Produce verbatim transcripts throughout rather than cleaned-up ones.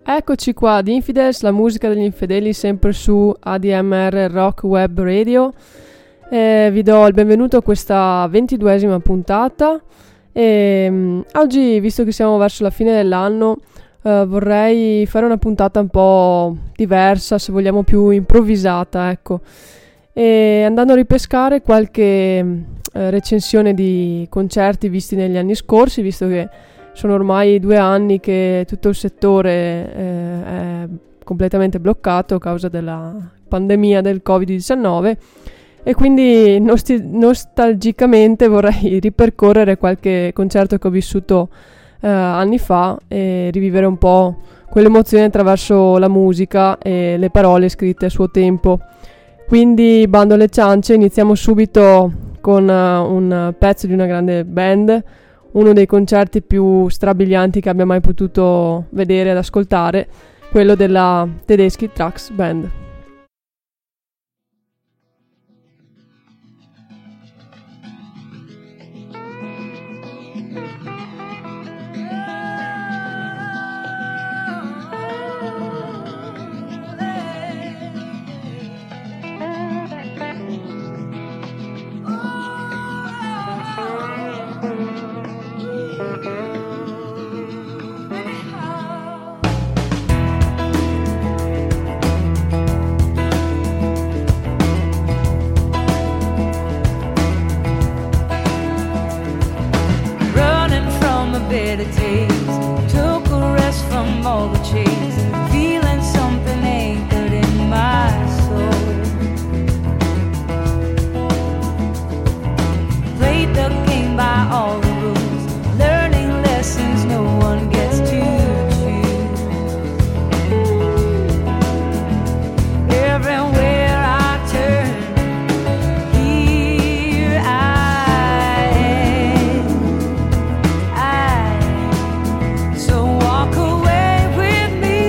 Eccoci qua, The Infidels, la musica degli infedeli, sempre su A D M R Rock Web Radio. Eh, vi do il benvenuto a questa ventiduesima puntata. E, um, oggi, visto che siamo verso la fine dell'anno, uh, vorrei fare una puntata un po' diversa, se vogliamo più improvvisata, ecco. E andando a ripescare qualche uh, recensione di concerti visti negli anni scorsi, visto che sono ormai due anni che tutto il settore eh, è completamente bloccato a causa della pandemia del covid diciannove e quindi nosti- nostalgicamente vorrei ripercorrere qualche concerto che ho vissuto eh, anni fa e rivivere un po' quell'emozione attraverso la musica e le parole scritte a suo tempo. Quindi, bando alle ciance, iniziamo subito con uh, un pezzo di una grande band, uno dei concerti più strabilianti che abbia mai potuto vedere ed ascoltare, quello della Tedeschi Trucks Band. Better taste, took a rest from all the chase, feeling something anchored in my soul. Played the game by all the rules, learning lessons no one gets to choose. Everywhere I turn, here I am. So walk away with me.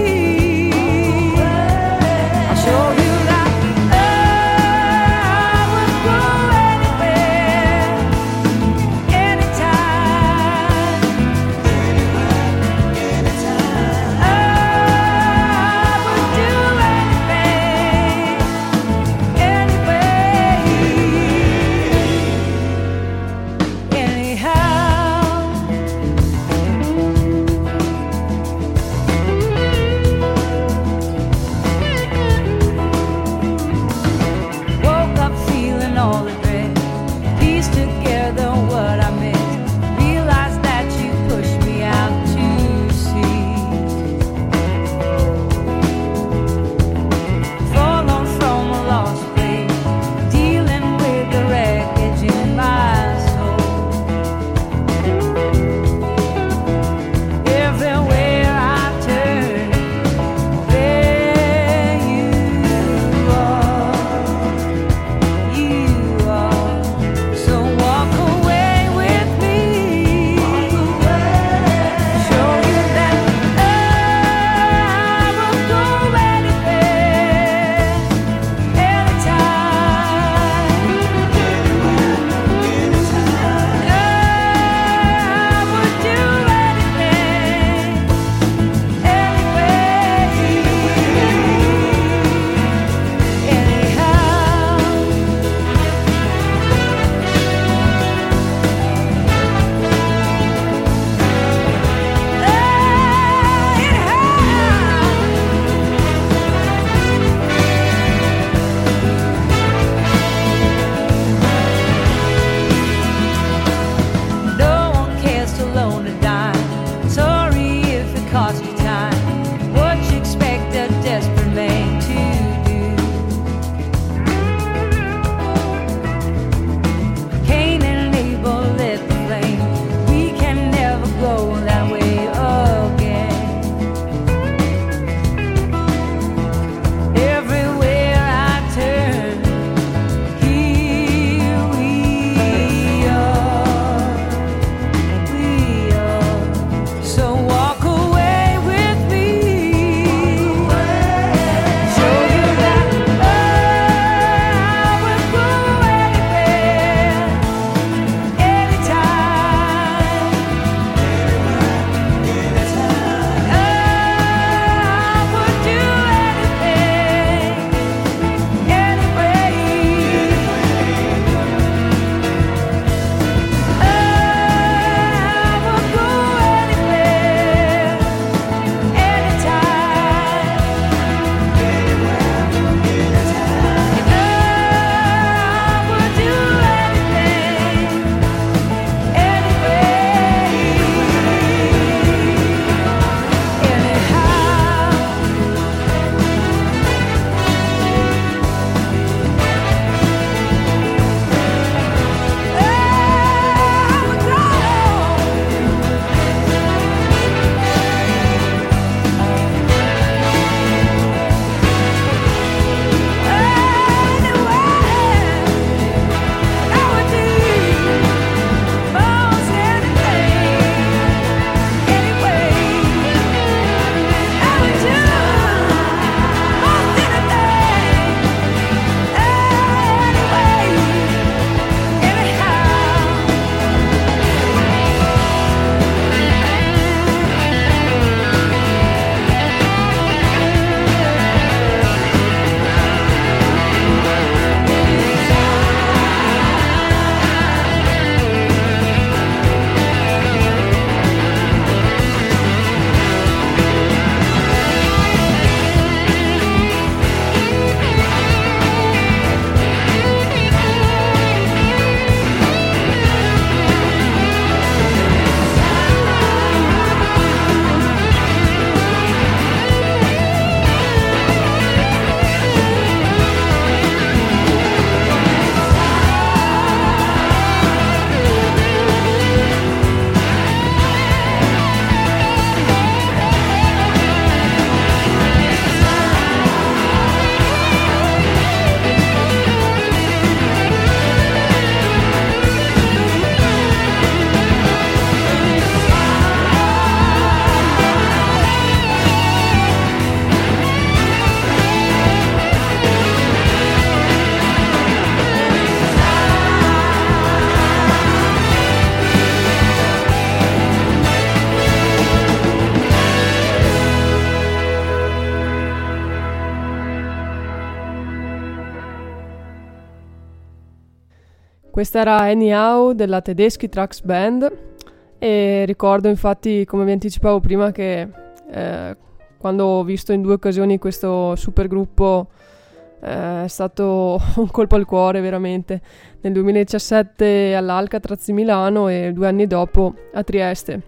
Questa era Anyhow della Tedeschi Trucks Band e ricordo infatti, come vi anticipavo prima, che eh, quando ho visto in due occasioni questo super gruppo eh, è stato un colpo al cuore veramente. Nel duemiladiciassette all'Alcatraz di Milano e due anni dopo a Trieste.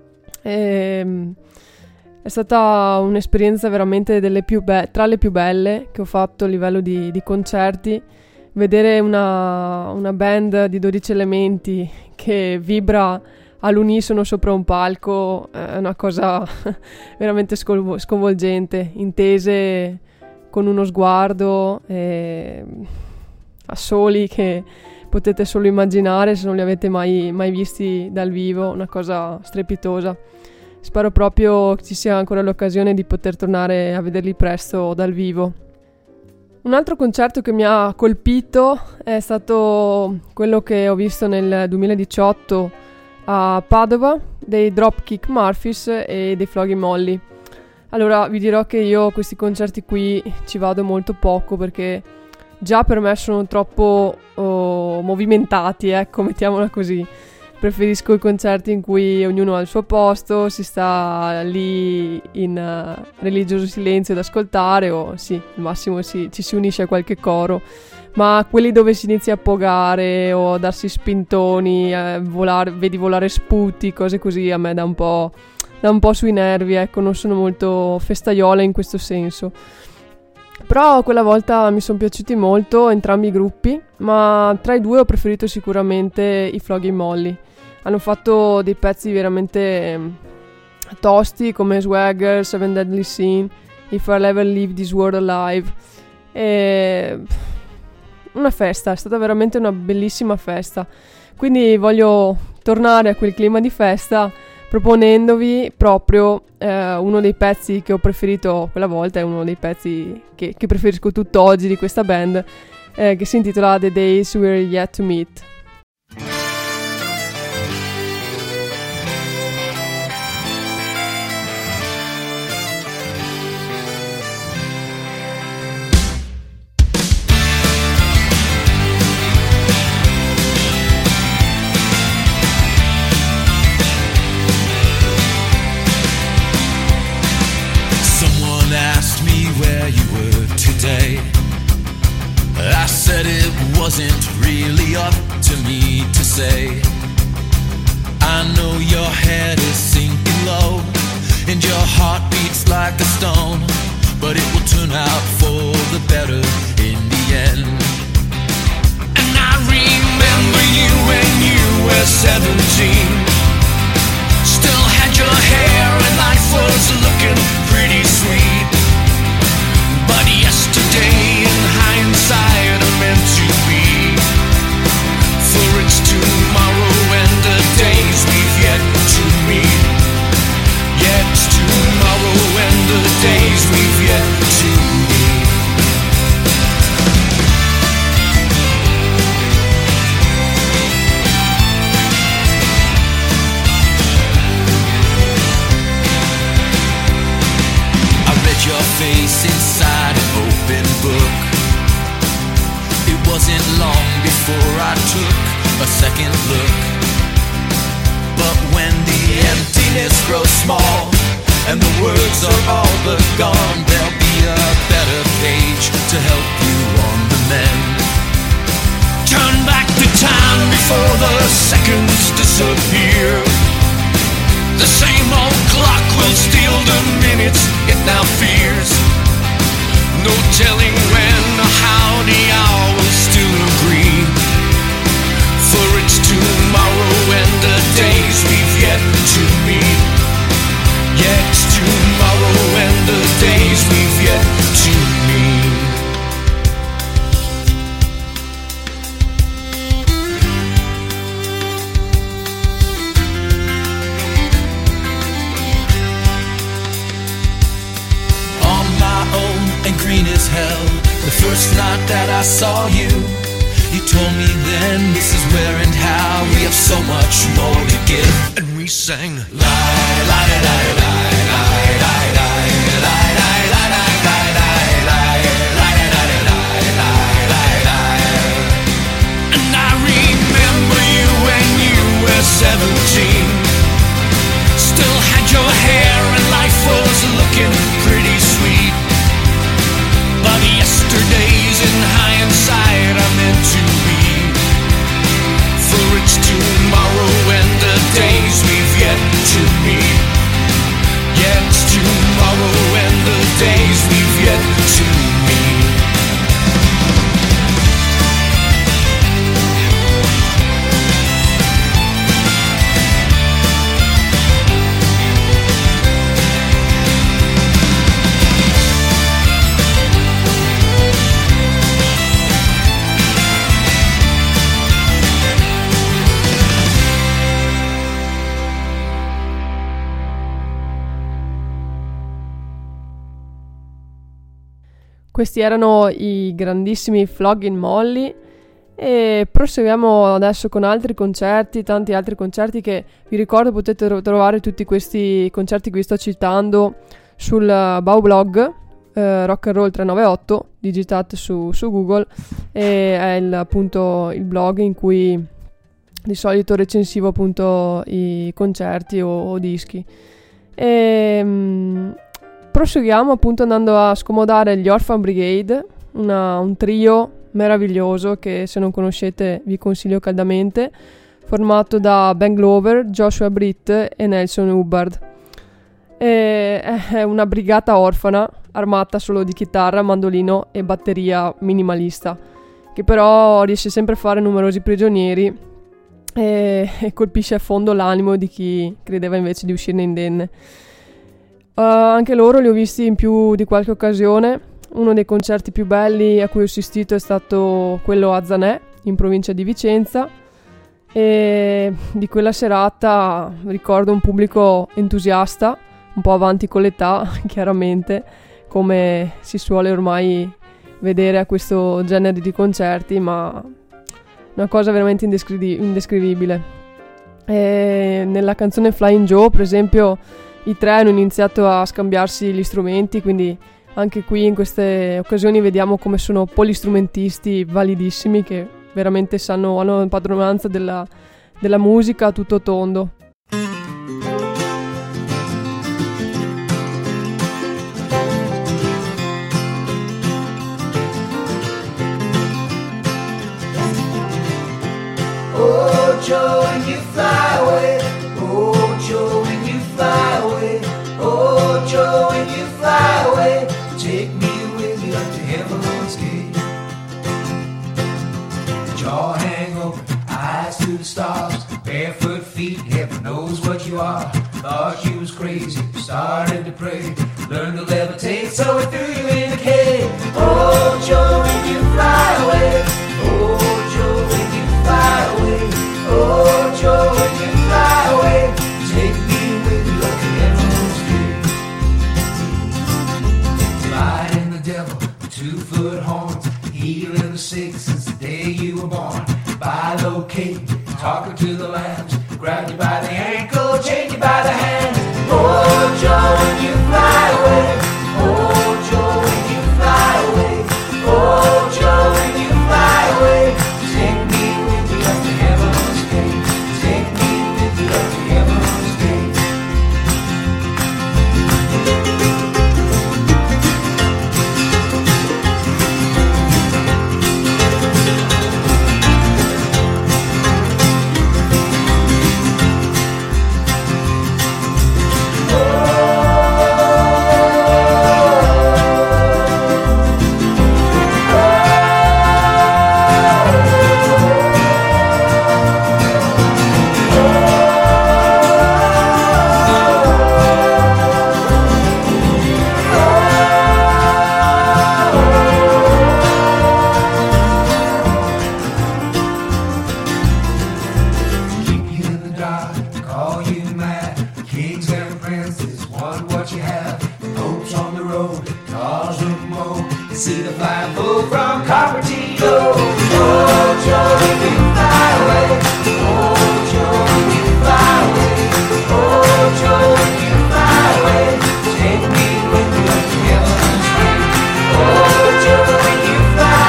E, è stata un'esperienza veramente delle più be- tra le più belle che ho fatto a livello di, di concerti. Vedere una, una band di dodici elementi che vibra all'unisono sopra un palco è una cosa veramente scol- sconvolgente, intese con uno sguardo e a soli che potete solo immaginare se non li avete mai, mai visti dal vivo, una cosa strepitosa. Spero proprio che ci sia ancora l'occasione di poter tornare a vederli presto dal vivo. Un altro concerto che mi ha colpito è stato quello che ho visto nel duemiladiciotto a Padova dei Dropkick Murphys e dei Flogging Molly. Allora vi dirò che io a questi concerti qui ci vado molto poco perché già per me sono troppo oh, movimentati, ecco, mettiamola così. Preferisco i concerti in cui ognuno ha il suo posto, si sta lì in uh, religioso silenzio ad ascoltare o sì, al massimo si, ci si unisce a qualche coro, ma quelli dove si inizia a pogare o a darsi spintoni, a volare, vedi volare sputi, cose così, a me dà un po', dà un po' sui nervi, ecco, non sono molto festaiola in questo senso. Però quella volta mi sono piaciuti molto entrambi i gruppi, ma tra i due ho preferito sicuramente i Flogging Molly. Hanno fatto dei pezzi veramente tosti come Swagger, Seven Deadly Sin, If I'll Ever Leave This World Alive. E una festa, è stata veramente una bellissima festa. Quindi voglio tornare a quel clima di festa proponendovi proprio eh, uno dei pezzi che ho preferito quella volta, è uno dei pezzi che, che preferisco tutt'oggi di questa band, eh, che si intitola The Days We're Yet to Meet. I said it wasn't really up to me to say. I know your head is sinking low and your heart beats like a stone, but it will turn out for the better in the end. And I remember you when you were seventeen, still had your hair and life was looking pretty sweet. But yesterday in hindsight I meant to be, for it's tomorrow and the days we've yet to meet. Yeah, it's tomorrow and the days we've yet to meet. I read your face inside an open book. It wasn't long before I took a second look. But when the emptiness grows small and the words are all but gone, there'll be a better page to help you on the mend. Turn back the time before the seconds disappear. The same old clock will steal the minutes it now fears. No telling when or how the hour will still agree, for it's tomorrow and the days we've yet to meet. Yeah, it's tomorrow and the days we've yet to meet. And green as hell, the first night that I saw you, you told me then, this is where and how we have so much more to give. And we sang lie, lie, lie, lie, lie, lie, lie, lie, lie, lie, lie, lie, lie, lie, lie, lie, lie, lie. And I remember seventeen. Still had your hair and life was looking pretty sweet. But yesterdays in hindsight are meant to be. For it's tomorrow and the days we've yet to meet. Yeah, it's tomorrow and the days we've yet to meet. Questi erano i grandissimi Flogging Molly e proseguiamo adesso con altri concerti, tanti altri concerti che vi ricordo potete trovare tutti questi concerti che vi sto citando sul Baublog eh, Rock and Roll trecentonovantaotto, digitate su, su Google, e è il, appunto il blog in cui di solito recensivo appunto i concerti o, o dischi. E mh, proseguiamo appunto andando a scomodare gli Orphan Brigade, una, un trio meraviglioso che se non conoscete vi consiglio caldamente, formato da Ben Glover, Joshua Britt e Nelson Hubbard. E è una brigata orfana armata solo di chitarra, mandolino e batteria minimalista, che però riesce sempre a fare numerosi prigionieri e, e colpisce a fondo l'animo di chi credeva invece di uscirne indenne. Uh, anche loro li ho visti in più di qualche occasione. Uno dei concerti più belli a cui ho assistito è stato quello a Zanè, in provincia di Vicenza, e di quella serata ricordo un pubblico entusiasta, un po' avanti con l'età, chiaramente, come si suole ormai vedere a questo genere di concerti, ma una cosa veramente indescri- indescrivibile. E nella canzone Flying Joe, per esempio, i tre hanno iniziato a scambiarsi gli strumenti, quindi anche qui in queste occasioni vediamo come sono polistrumentisti validissimi che veramente sanno, hanno padronanza della, della musica a tutto tondo. Oh Joe, when you fly away, oh Joe, when you fly away, oh Joe, when you fly away, take me with you up to heaven's gate. Jaw hang open, eyes to the stars, barefoot feet, heaven knows what you are. Thought you was crazy, started to pray, learned to levitate, so we threw you in a cave. Oh Joe, when you fly away, oh Joe, when you fly away, oh Joe, when you fly away, take me with you up to heaven's gate. Fighting the devil with two-foot horns, healing the sick since the day you were born. Bilocating, talking to the lambs, grab you by the ankle, take you by the hand. Oh Joe, when you fly away, oh Joe, when you fly away, oh Joe, when you fly away, take me with you up to heaven's gate, take me with you up to heaven's gate.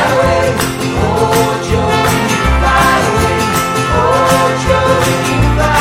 Fly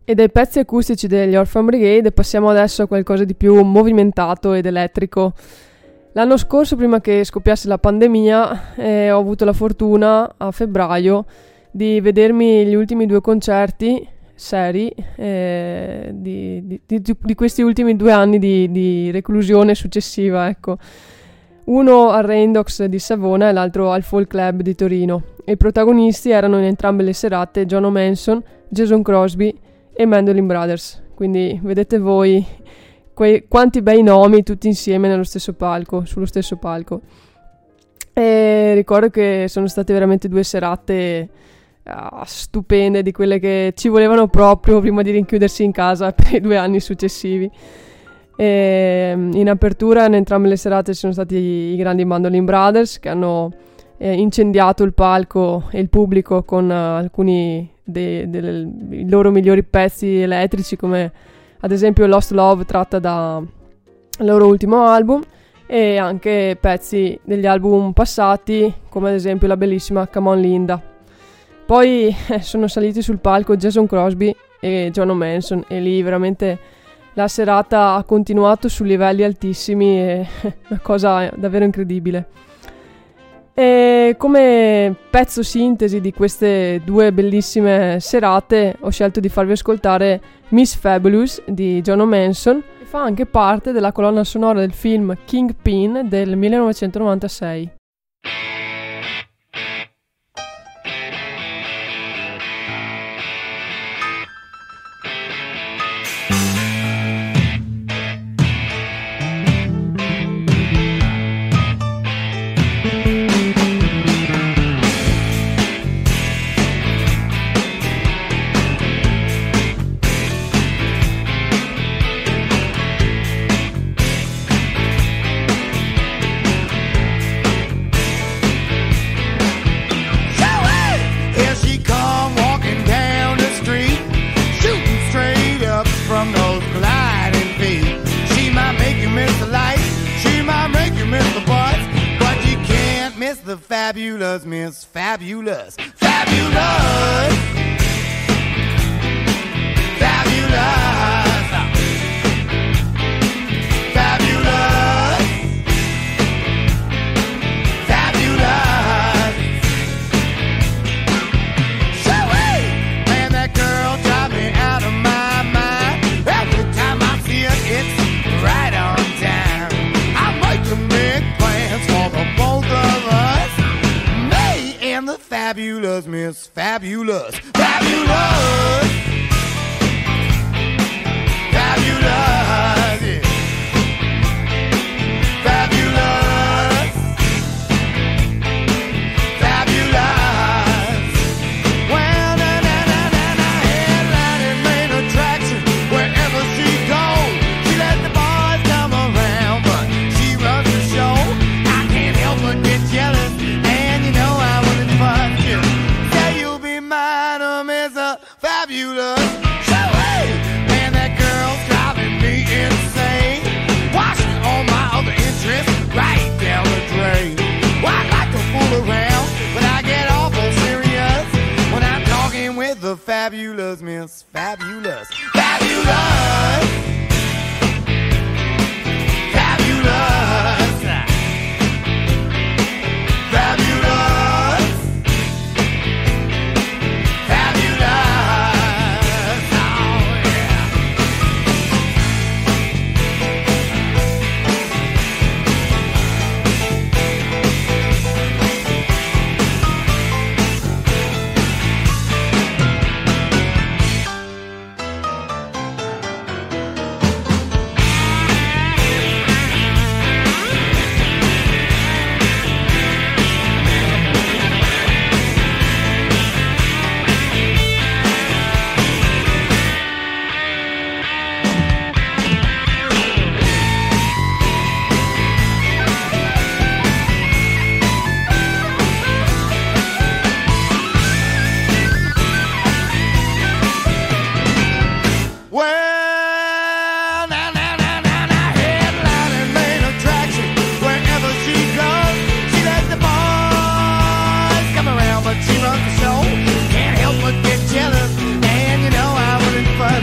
E dai pezzi acustici degli Orphan Brigade passiamo adesso a qualcosa di più movimentato ed elettrico. L'anno scorso, prima che scoppiasse la pandemia, eh, ho avuto la fortuna a febbraio di vedermi gli ultimi due concerti seri eh, di, di, di, di questi ultimi due anni di, di reclusione successiva, ecco. Uno al Raindox di Savona e l'altro al Folk Club di Torino. E i protagonisti erano in entrambe le serate John Manson, Jason Crosby e Mandolin Brothers. Quindi vedete voi quei, quanti bei nomi tutti insieme nello stesso palco, sullo stesso palco. E ricordo che sono state veramente due serate uh, stupende, di quelle che ci volevano proprio prima di rinchiudersi in casa per i due anni successivi. E in apertura in entrambe le serate ci sono stati i grandi Mandolin Brothers, che hanno eh, incendiato il palco e il pubblico con uh, alcuni dei, dei loro migliori pezzi elettrici, come ad esempio Lost Love, tratta dal loro ultimo album, e anche pezzi degli album passati, come ad esempio la bellissima Come On Linda. Poi eh, sono saliti sul palco Jason Crosby e John Manson, e lì veramente la serata ha continuato su livelli altissimi, e una cosa davvero incredibile. E come pezzo sintesi di queste due bellissime serate ho scelto di farvi ascoltare Miss Fabulous di John Manson, che fa anche parte della colonna sonora del film Kingpin del millenovecentonovantasei. The fabulous Miss Fabulous, fabulous, fabulous, fabulous, fabulous. Shoo-wee! Man, that girl drives me out of my mind. Every time I see her, it's right on time. I like to make plans for the both of us. The fabulous Miss Fabulous, fabulous, fabulous, yeah. Fabulous, fabulous. Well, na na na na na, headlining main attraction wherever she goes. She let the boys come around, but she runs the show. I can't help but get jealous, and you know I. Say you'll be mine, oh, Miss Fabulous.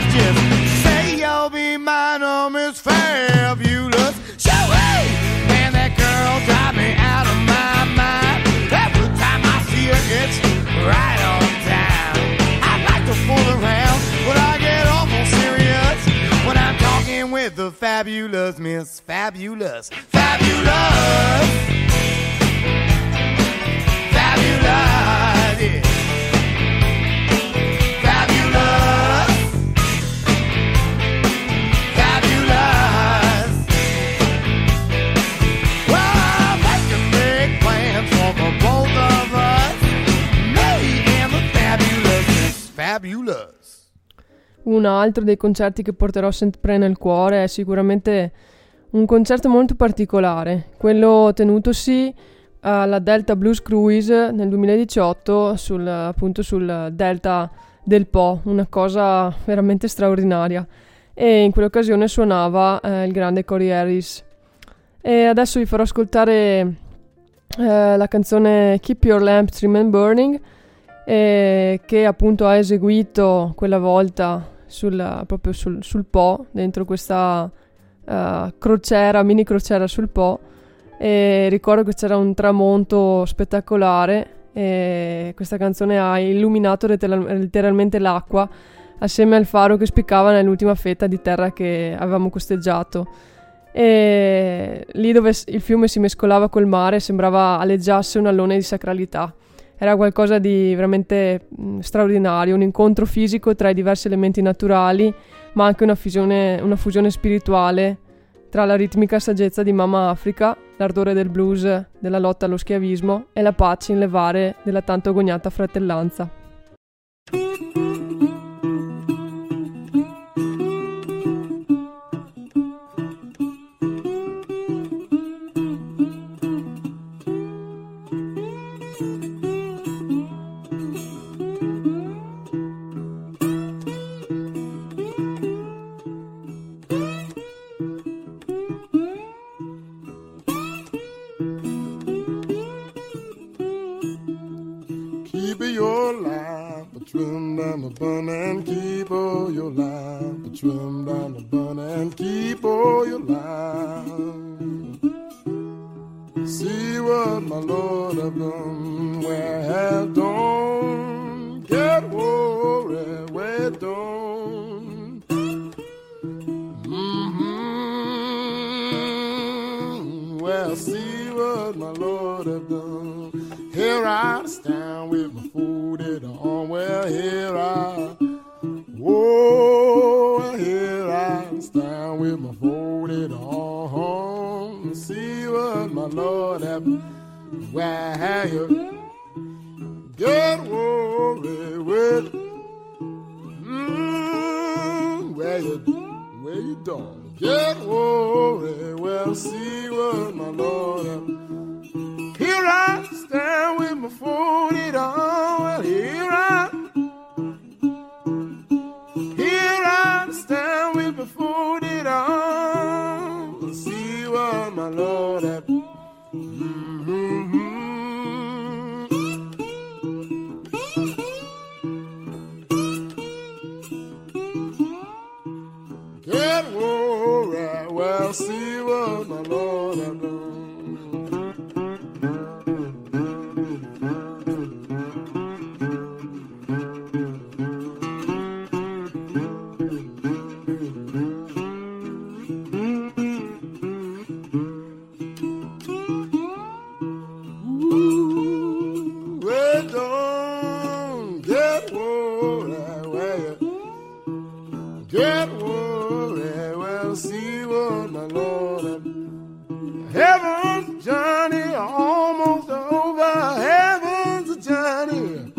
just say you'll be mine, oh Miss Fabulous. So hey, man, that girl drive me out of my mind. Every time I see her, it's right on time. I like to fool around, but I get awful serious when I'm talking with the fabulous Miss Fabulous. Fabulous, fabulous, yeah. Fabulous, fabulous. Well, I can make plans for the both of us. Me and the fabulous Miss Fabulous. Un altro dei concerti che porterò sempre nel cuore è sicuramente un concerto molto particolare, quello tenutosi alla Delta Blues Cruise nel duemiladiciotto sul, appunto sul Delta del Po, una cosa veramente straordinaria, e in quell'occasione suonava eh, il grande Cory Harris. E adesso vi farò ascoltare eh, la canzone Keep Your Lamp Trim and Burning, eh, che appunto ha eseguito quella volta sul, proprio sul, sul Po, dentro questa uh, crociera, mini crociera sul Po. E ricordo che c'era un tramonto spettacolare e questa canzone ha illuminato letteralmente l'acqua assieme al faro che spiccava nell'ultima fetta di terra che avevamo costeggiato, e lì dove il fiume si mescolava col mare sembrava aleggiasse un allone di sacralità. Era qualcosa di veramente mh, straordinario, un incontro fisico tra i diversi elementi naturali, ma anche una fusione, una fusione spirituale tra la ritmica saggezza di Mamma Africa, l'ardore del blues della lotta allo schiavismo e la pace inlevare della tanto agognata fratellanza. Trim down the bun and keep all your lamp. Trim down the bun and keep all your lamp. See what my Lord have done. Where have done? Get worried, where done? Mm-hmm. Well, see what my Lord have done. Here I stand with my foot on. Well, here I, whoa, here I stand with my folded on. See what my Lord have, where you get worried with, mm, where you, where you don't get worried. Well, see what my Lord have. Here I stand with my folded on. Well, here I, here I stand with my folded on. See what my Lord had. Mm-hmm. Get worried. Well, see what my Lord had done. Heaven's journey almost over. Heaven's a journey.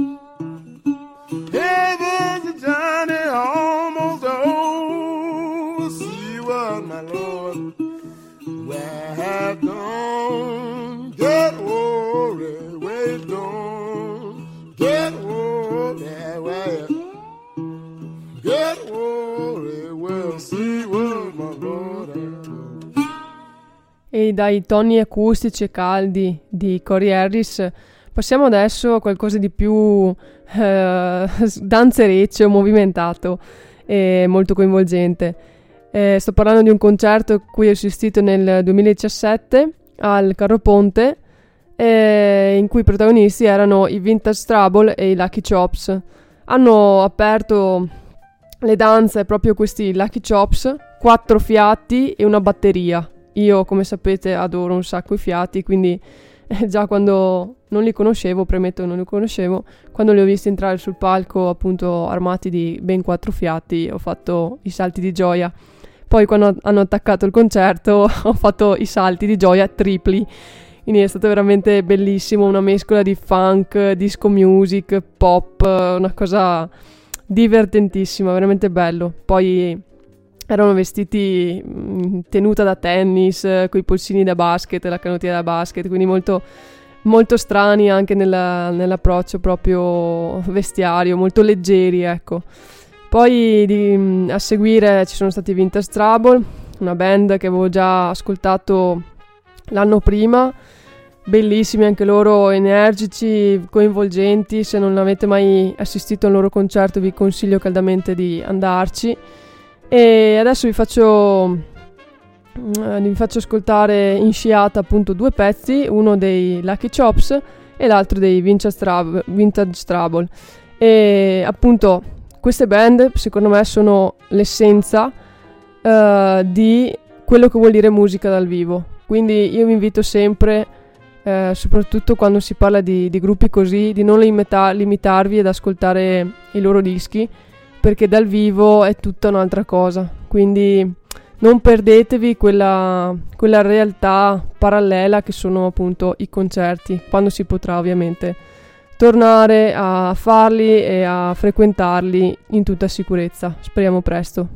Heaven's a journey almost over. See what my Lord where have gone. Get worried, wait don't. Get worried, where. Get worried, we'll see what my Lord has. E dai toni acustici e caldi di Cory Harris passiamo adesso a qualcosa di più eh, danzereccio, movimentato, e molto coinvolgente. Eh, sto parlando di un concerto a cui ho assistito nel duemiladiciassette al Carro Ponte, eh, in cui i protagonisti erano i Vintage Trouble e i Lucky Chops. Hanno aperto le danze proprio questi Lucky Chops, quattro fiati e una batteria. Io, come sapete, adoro un sacco i fiati, quindi eh, già quando non li conoscevo, premetto che non li conoscevo, quando li ho visti entrare sul palco appunto armati di ben quattro fiati, ho fatto i salti di gioia. Poi quando hanno attaccato il concerto ho fatto i salti di gioia tripli, quindi è stato veramente bellissimo, una mescola di funk, disco music, pop, una cosa divertentissima, veramente bello. Poi erano vestiti in tenuta da tennis, coi polsini da basket, la canottiera da basket, quindi molto, molto strani anche nella, nell'approccio proprio vestiario, molto leggeri, ecco. Poi di, a seguire ci sono stati Vintage Trouble, una band che avevo già ascoltato l'anno prima, bellissimi anche loro, energici, coinvolgenti. Se non avete mai assistito a un loro concerto vi consiglio caldamente di andarci. E adesso vi faccio vi faccio ascoltare in sciata appunto due pezzi, uno dei Lucky Chops e l'altro dei Vintage Trouble, Vintage Trouble. E appunto queste band secondo me sono l'essenza uh, di quello che vuol dire musica dal vivo, quindi io vi invito sempre, uh, soprattutto quando si parla di, di gruppi così, di non limita- limitarvi ad ascoltare i loro dischi, perché dal vivo è tutta un'altra cosa, quindi non perdetevi quella, quella realtà parallela che sono appunto i concerti, quando si potrà ovviamente tornare a farli e a frequentarli in tutta sicurezza. Speriamo presto.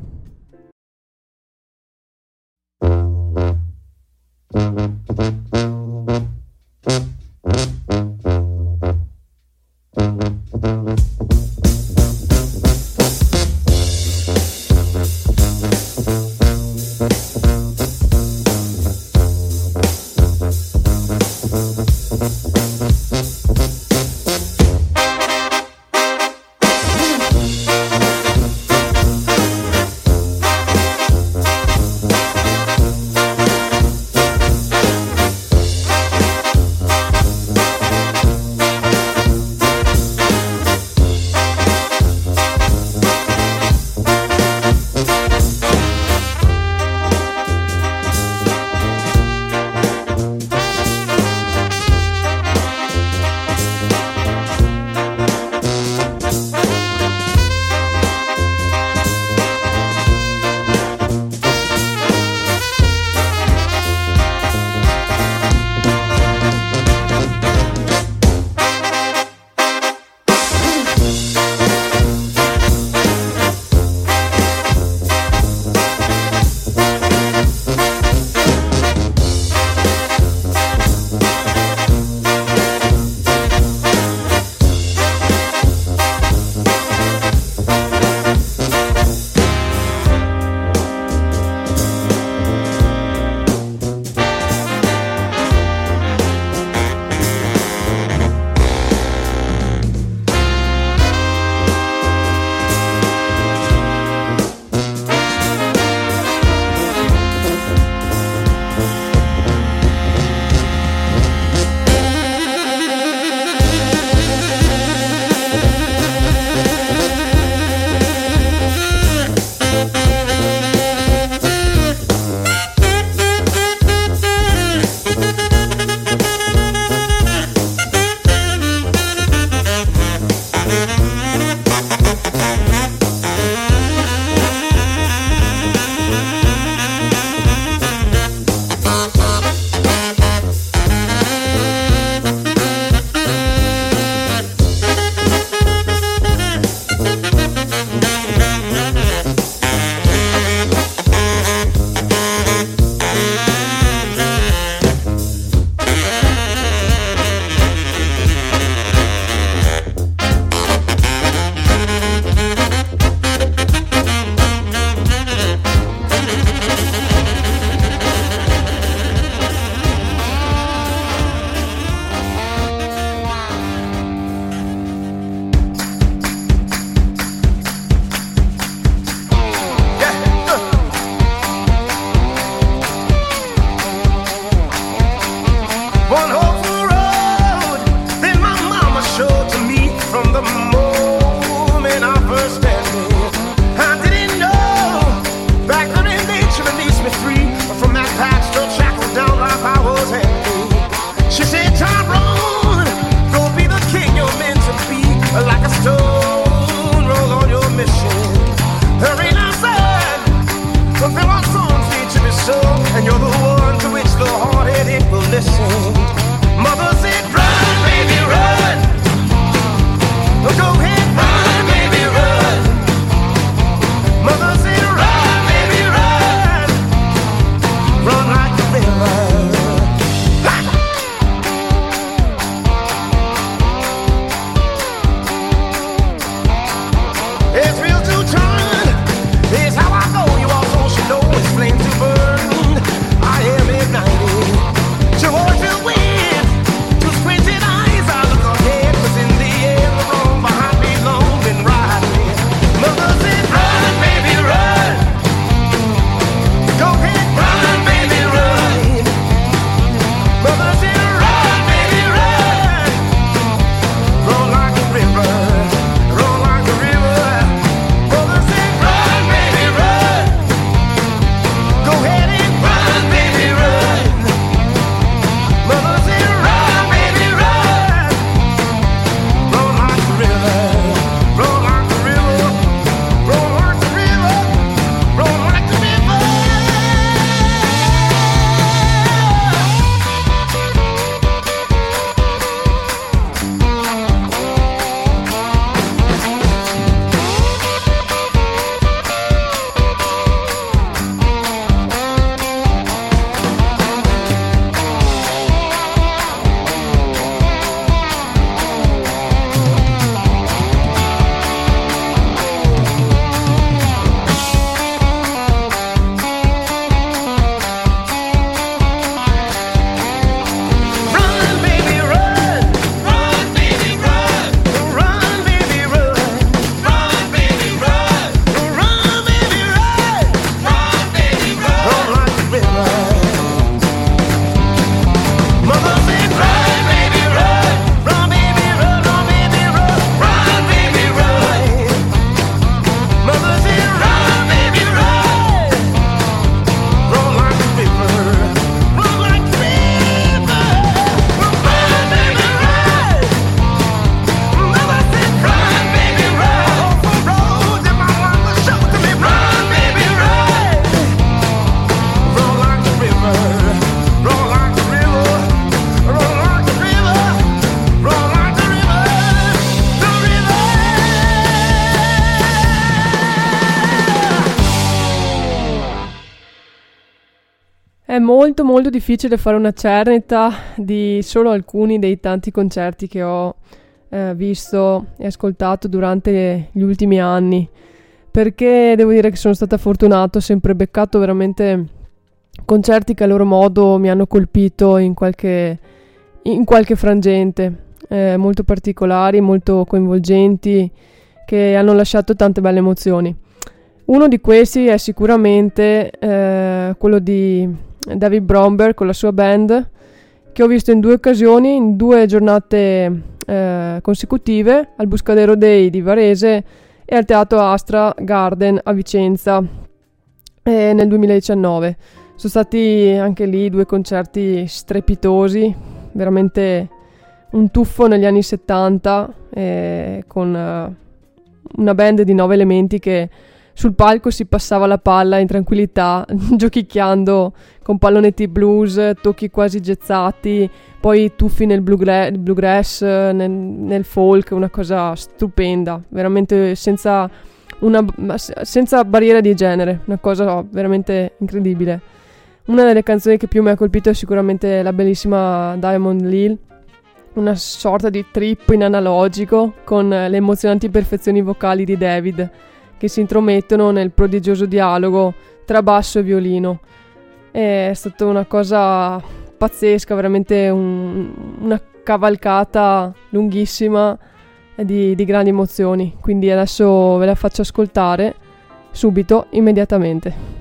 È molto molto difficile fare una cernita di solo alcuni dei tanti concerti che ho eh, visto e ascoltato durante gli ultimi anni, perché devo dire che sono stata fortunata, ho sempre beccato veramente concerti che a loro modo mi hanno colpito in qualche, in qualche frangente, eh, molto particolari, molto coinvolgenti, che hanno lasciato tante belle emozioni. Uno di questi è sicuramente eh, quello di David Bromberg con la sua band, che ho visto in due occasioni, in due giornate eh, consecutive, al Buscadero Day di Varese e al Teatro Astra Garden a Vicenza eh, nel duemiladiciannove. Sono stati anche lì due concerti strepitosi, veramente un tuffo negli anni settanta, eh, con eh, una band di nove elementi che sul palco si passava la palla in tranquillità, giochicchiando con pallonetti blues, tocchi quasi gezzati, poi tuffi nel bluegra- bluegrass, nel, nel folk, una cosa stupenda, veramente senza, una, senza barriera di genere, una cosa veramente incredibile. Una delle canzoni che più mi ha colpito è sicuramente la bellissima Diamond Lil, una sorta di trip in analogico con le emozionanti perfezioni vocali di David, che si intromettono nel prodigioso dialogo tra basso e violino. È stata una cosa pazzesca, veramente un, una cavalcata lunghissima di, di grandi emozioni. Quindi adesso ve la faccio ascoltare subito, immediatamente.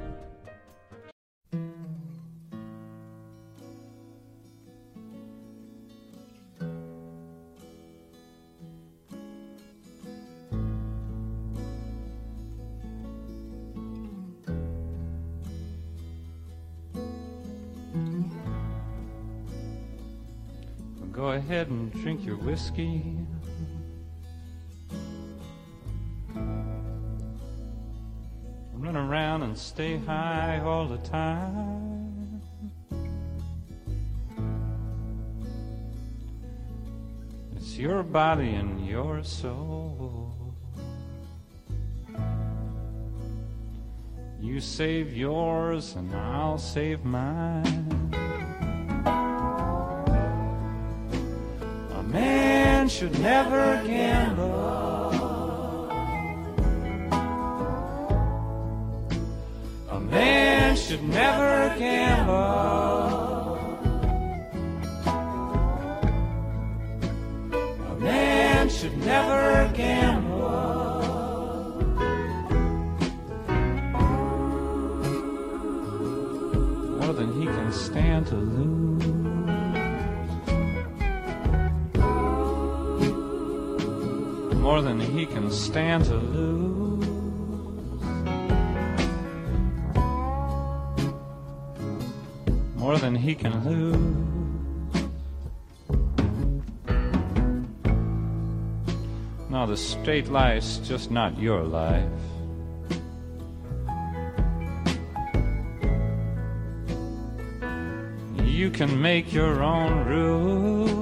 Go ahead and drink your whiskey. Run around and stay high all the time. It's your body and your soul. You save yours and I'll save mine. A man should never gamble. A man should never gamble. A man should never gamble. More than he can stand to lose. More than he can stand to lose. More than he can lose. No, the straight life's just not your life. You can make your own rules.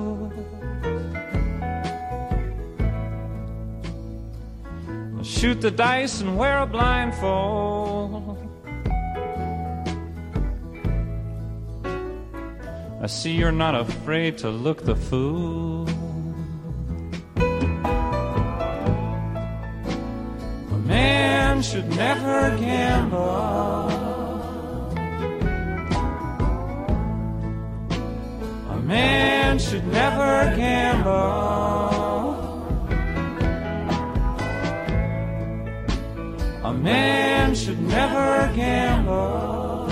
Shoot the dice and wear a blindfold. I see you're not afraid to look the fool. A man should never gamble. A man should never gamble. A man should never gamble.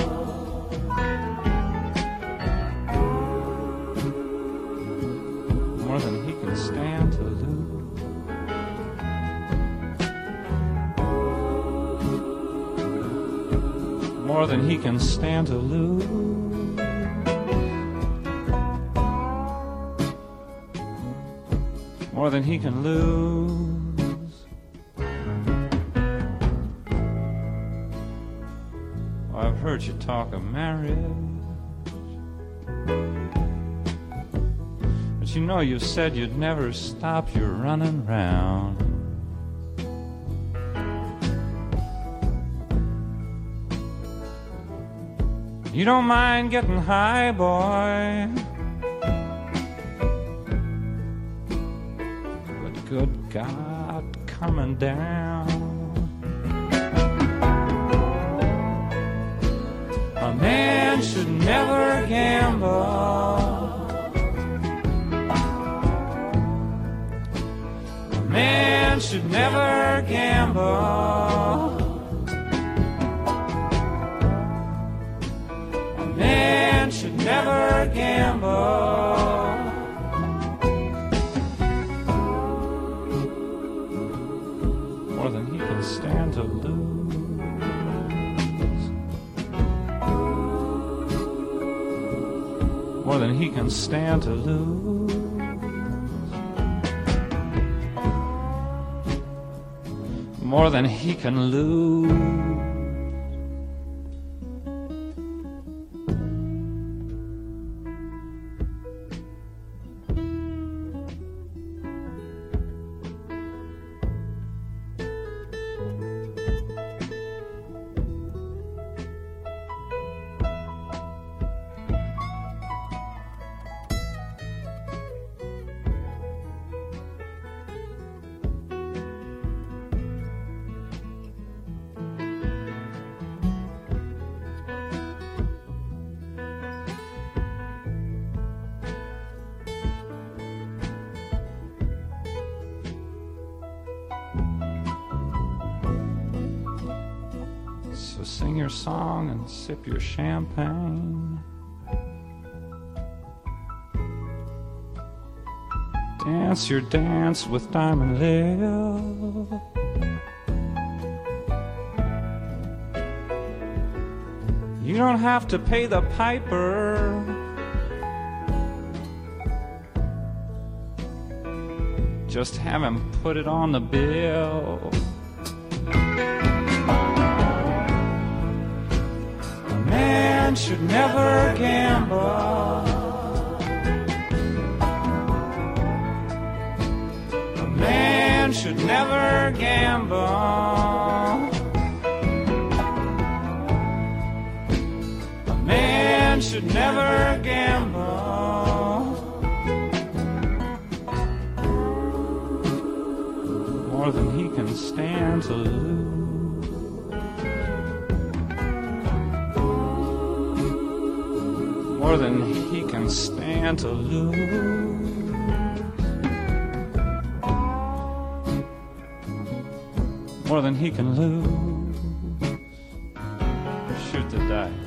More than he can stand to lose. More than he can stand to lose. More than he can lose. I've heard you talk of marriage, but you know you said you'd never stop your running round. You don't mind getting high, boy, but good God, coming down. A man should never gamble. A man should never gamble. A man should never gamble. More than he can stand to lose. More than he can stand to lose. More than he can lose. So sing your song and sip your champagne. Dance your dance with Diamond Lil. You don't have to pay the piper. Just have him put it on the bill. A man should never gamble. A man should never gamble. A man should never gamble. More than he can stand to lose. More than he can stand to lose. More than he can lose. Shoot the dice.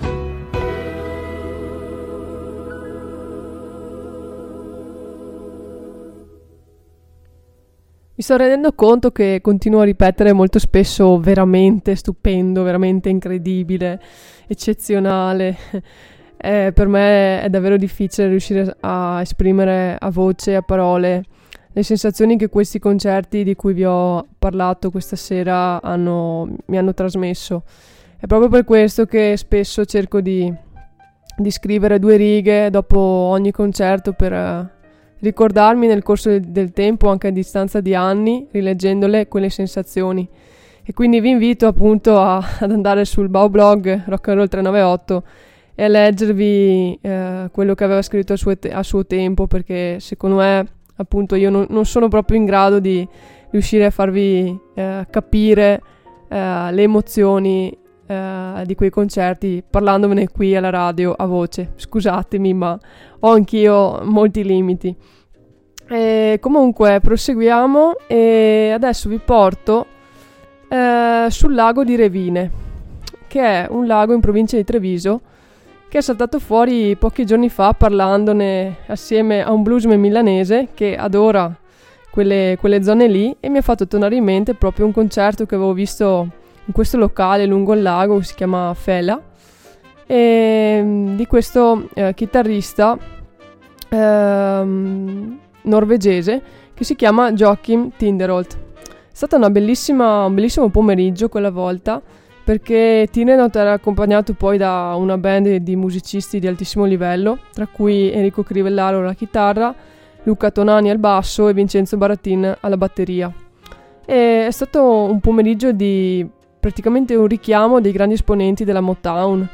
Mi sto rendendo conto che continuo a ripetere molto spesso veramente stupendo, veramente incredibile, eccezionale. Eh, per me è davvero difficile riuscire a esprimere a voce, a parole, le sensazioni che questi concerti di cui vi ho parlato questa sera hanno, mi hanno trasmesso. È proprio per questo che spesso cerco di, di scrivere due righe dopo ogni concerto per uh, ricordarmi nel corso del, del tempo, anche a distanza di anni, rileggendole quelle sensazioni. E quindi vi invito appunto a, ad andare sul Baublog Rock and Roll trecentonovantotto e a leggervi eh, quello che aveva scritto a suo, te- a suo tempo, perché secondo me appunto io non, non sono proprio in grado di riuscire a farvi eh, capire eh, le emozioni eh, di quei concerti parlandomene qui alla radio a voce. Scusatemi, ma ho anch'io molti limiti. E comunque proseguiamo e adesso vi porto eh, sul lago di Revine, che è un lago in provincia di Treviso, che è saltato fuori pochi giorni fa parlandone assieme a un bluesman milanese che adora quelle, quelle zone lì, e mi ha fatto tornare in mente proprio un concerto che avevo visto in questo locale lungo il lago che si chiama Fela, e di questo eh, chitarrista eh, norvegese che si chiama Joachim Tinderholt. È stato una bellissima, un bellissimo pomeriggio quella volta, perché Tinderholt era accompagnato poi da una band di musicisti di altissimo livello, tra cui Enrico Crivellaro alla chitarra, Luca Tonani al basso e Vincenzo Baratin alla batteria. E è stato un pomeriggio di praticamente un richiamo dei grandi esponenti della Motown,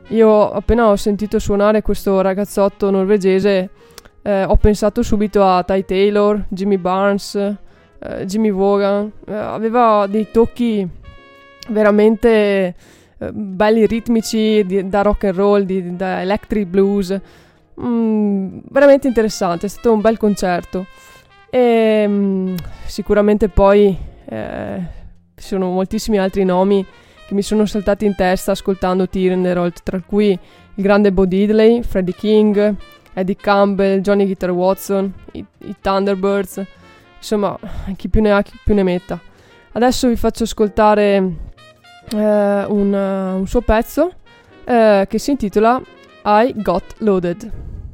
io appena ho sentito suonare questo ragazzotto norvegese eh, ho pensato subito a Ty Taylor, Jimmy Barnes, eh, Jimmy Vaughan. Eh, aveva dei tocchi veramente eh, belli, ritmici, di, da rock and roll, di, da electric blues. Mm, veramente interessante, è stato un bel concerto. E mm, sicuramente poi eh, ci sono moltissimi altri nomi che mi sono saltati in testa ascoltando Tear in the Road, tra cui il grande Bo Diddley, Freddie King, Eddie Campbell, Johnny Guitar Watson, i, i Thunderbirds, insomma chi più ne ha chi più ne metta. Adesso vi faccio ascoltare eh, un, uh, un suo pezzo eh, che si intitola I Got Loaded.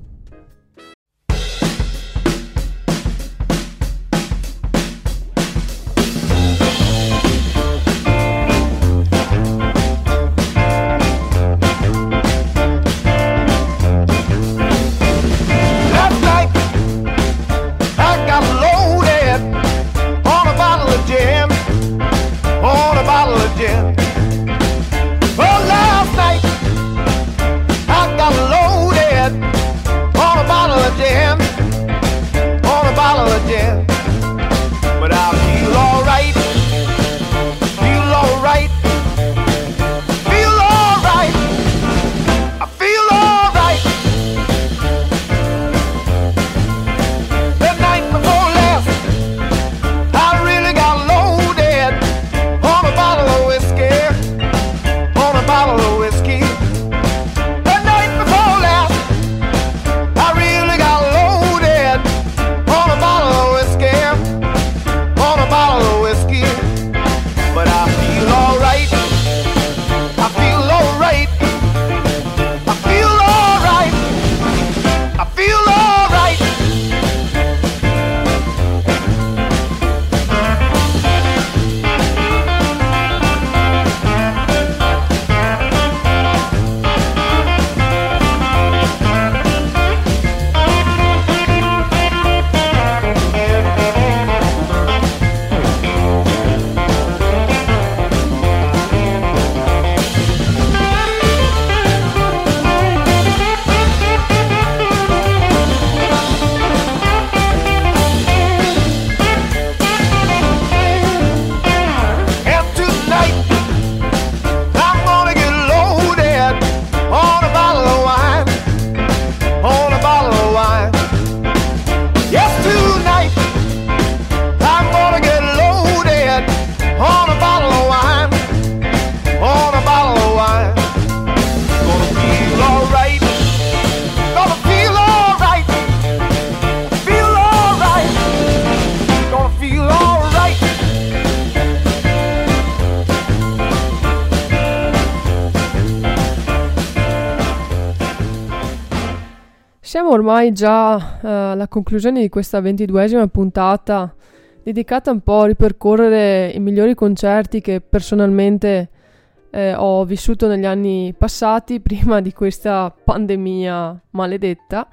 Siamo ormai già uh, alla conclusione di questa ventiduesima puntata, dedicata un po' a ripercorrere i migliori concerti che personalmente eh, ho vissuto negli anni passati, prima di questa pandemia maledetta.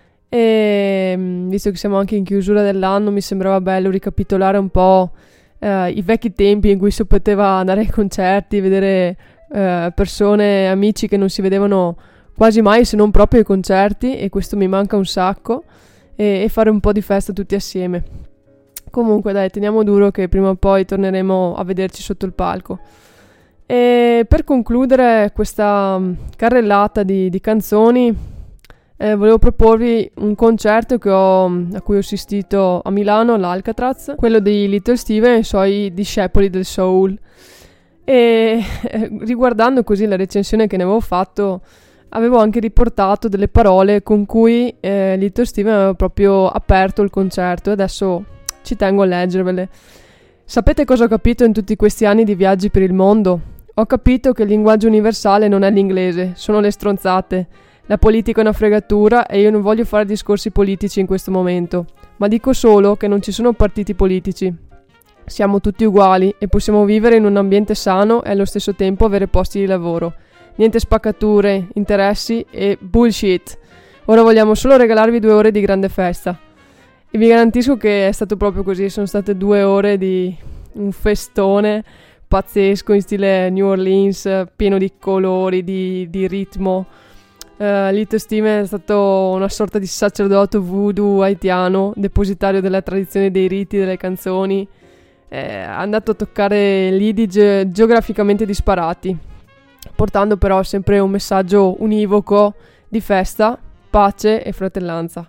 E visto che siamo anche in chiusura dell'anno, mi sembrava bello ricapitolare un po' eh, i vecchi tempi in cui si poteva andare ai concerti, vedere eh, persone, amici che non si vedevano quasi mai, se non proprio ai concerti, e questo mi manca un sacco, e, e fare un po' di festa tutti assieme. Comunque dai, teniamo duro che prima o poi torneremo a vederci sotto il palco. E per concludere questa carrellata di, di canzoni, eh, volevo proporvi un concerto che ho, a cui ho assistito a Milano, all'Alcatraz, quello di Little Steven e i suoi discepoli del soul. E eh, riguardando così la recensione che ne avevo fatto, avevo anche riportato delle parole con cui eh, Little Steven aveva proprio aperto il concerto, e adesso ci tengo a leggervele. Sapete cosa ho capito in tutti questi anni di viaggi per il mondo? Ho capito che il linguaggio universale non è l'inglese, sono le stronzate. La politica è una fregatura e io non voglio fare discorsi politici in questo momento, ma dico solo che non ci sono partiti politici. Siamo tutti uguali e possiamo vivere in un ambiente sano e allo stesso tempo avere posti di lavoro. Niente spaccature, interessi e bullshit. Ora vogliamo solo regalarvi due ore di grande festa. E vi garantisco che è stato proprio così, sono state due ore di un festone pazzesco in stile New Orleans, pieno di colori, di, di ritmo. Uh, Little Steven è stato una sorta di sacerdote voodoo haitiano, depositario della tradizione dei riti, delle canzoni. È andato a toccare lidi ge- geograficamente disparati, portando però sempre un messaggio univoco di festa, pace e fratellanza.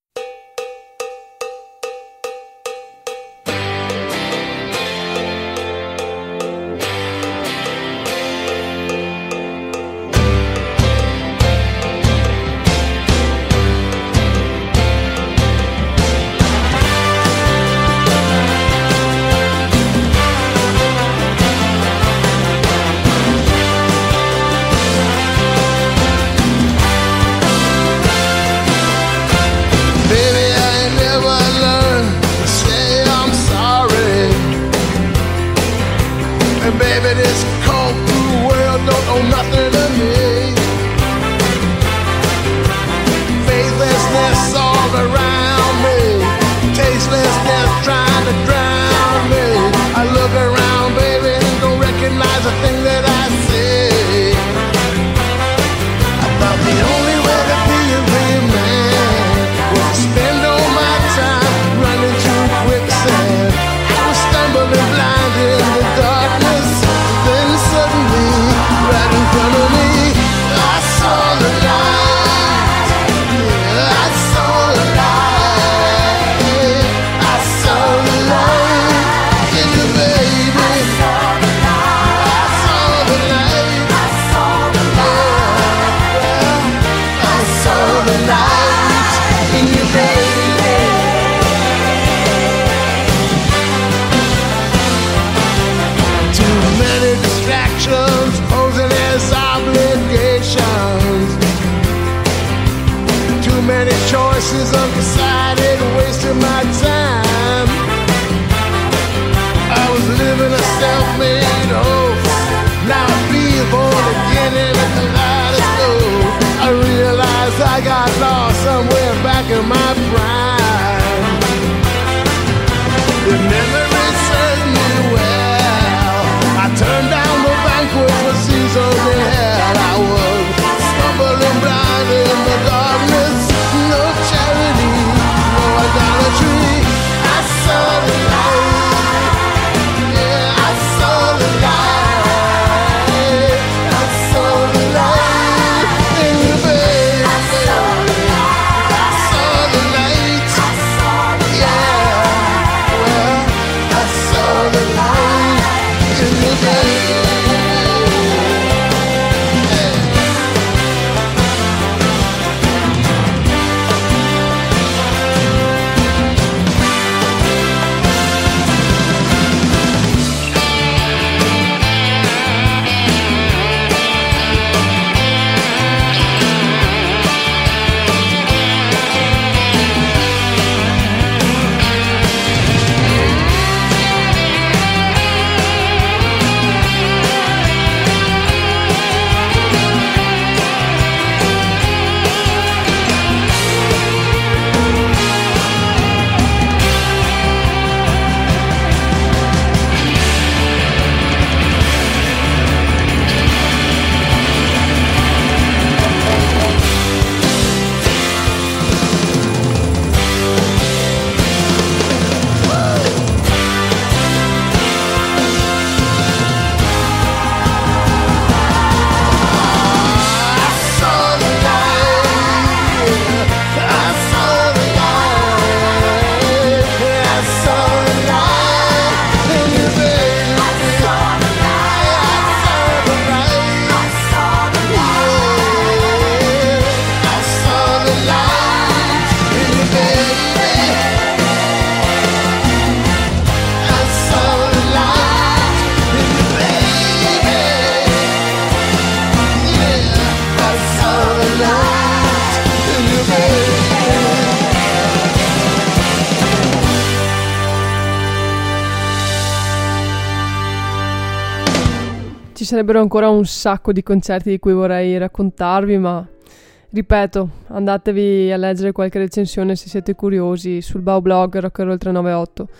Choices undecided, wasting my time. I was living a self-made host. Now I feel born again in a kaleidoscope. I realize I got lost somewhere back in my prime. The memory serves me well. I turned down the banquet for seasons in hell. I was stumbling blind in the darkness. No charity, no idolatry. I saw the light. Yeah, I saw the light. I saw the light in you, baby. I saw the light. I saw the light. I saw the yeah. Well, I saw the light in you, baby. Ci sarebbero ancora un sacco di concerti di cui vorrei raccontarvi, ma ripeto, andatevi a leggere qualche recensione se siete curiosi sul Bao Blog Rock and Roll tre nove otto.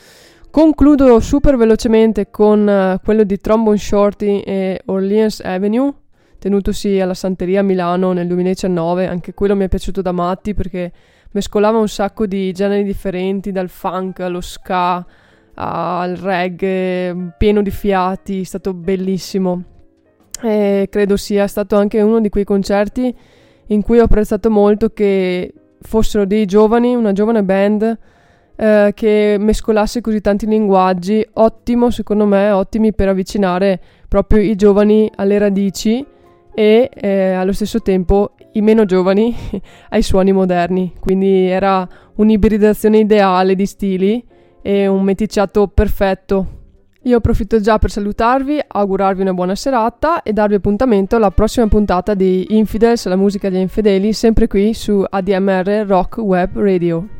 Concludo super velocemente con uh, quello di Trombone Shorty e Orleans Avenue, tenutosi alla Santeria a Milano nel duemiladiciannove. Anche quello mi è piaciuto da matti perché mescolava un sacco di generi differenti, dal funk allo ska al reggae, pieno di fiati, è stato bellissimo. E credo sia stato anche uno di quei concerti in cui ho apprezzato molto che fossero dei giovani, una giovane band eh, che mescolasse così tanti linguaggi. Ottimo, secondo me, ottimi per avvicinare proprio i giovani alle radici e eh, allo stesso tempo i meno giovani ai suoni moderni. Quindi era un'ibridazione ideale di stili e un meticciato perfetto. Io approfitto già per salutarvi, augurarvi una buona serata e darvi appuntamento alla prossima puntata di Infidels, la musica degli infedeli, sempre qui su A D M R Rock Web Radio.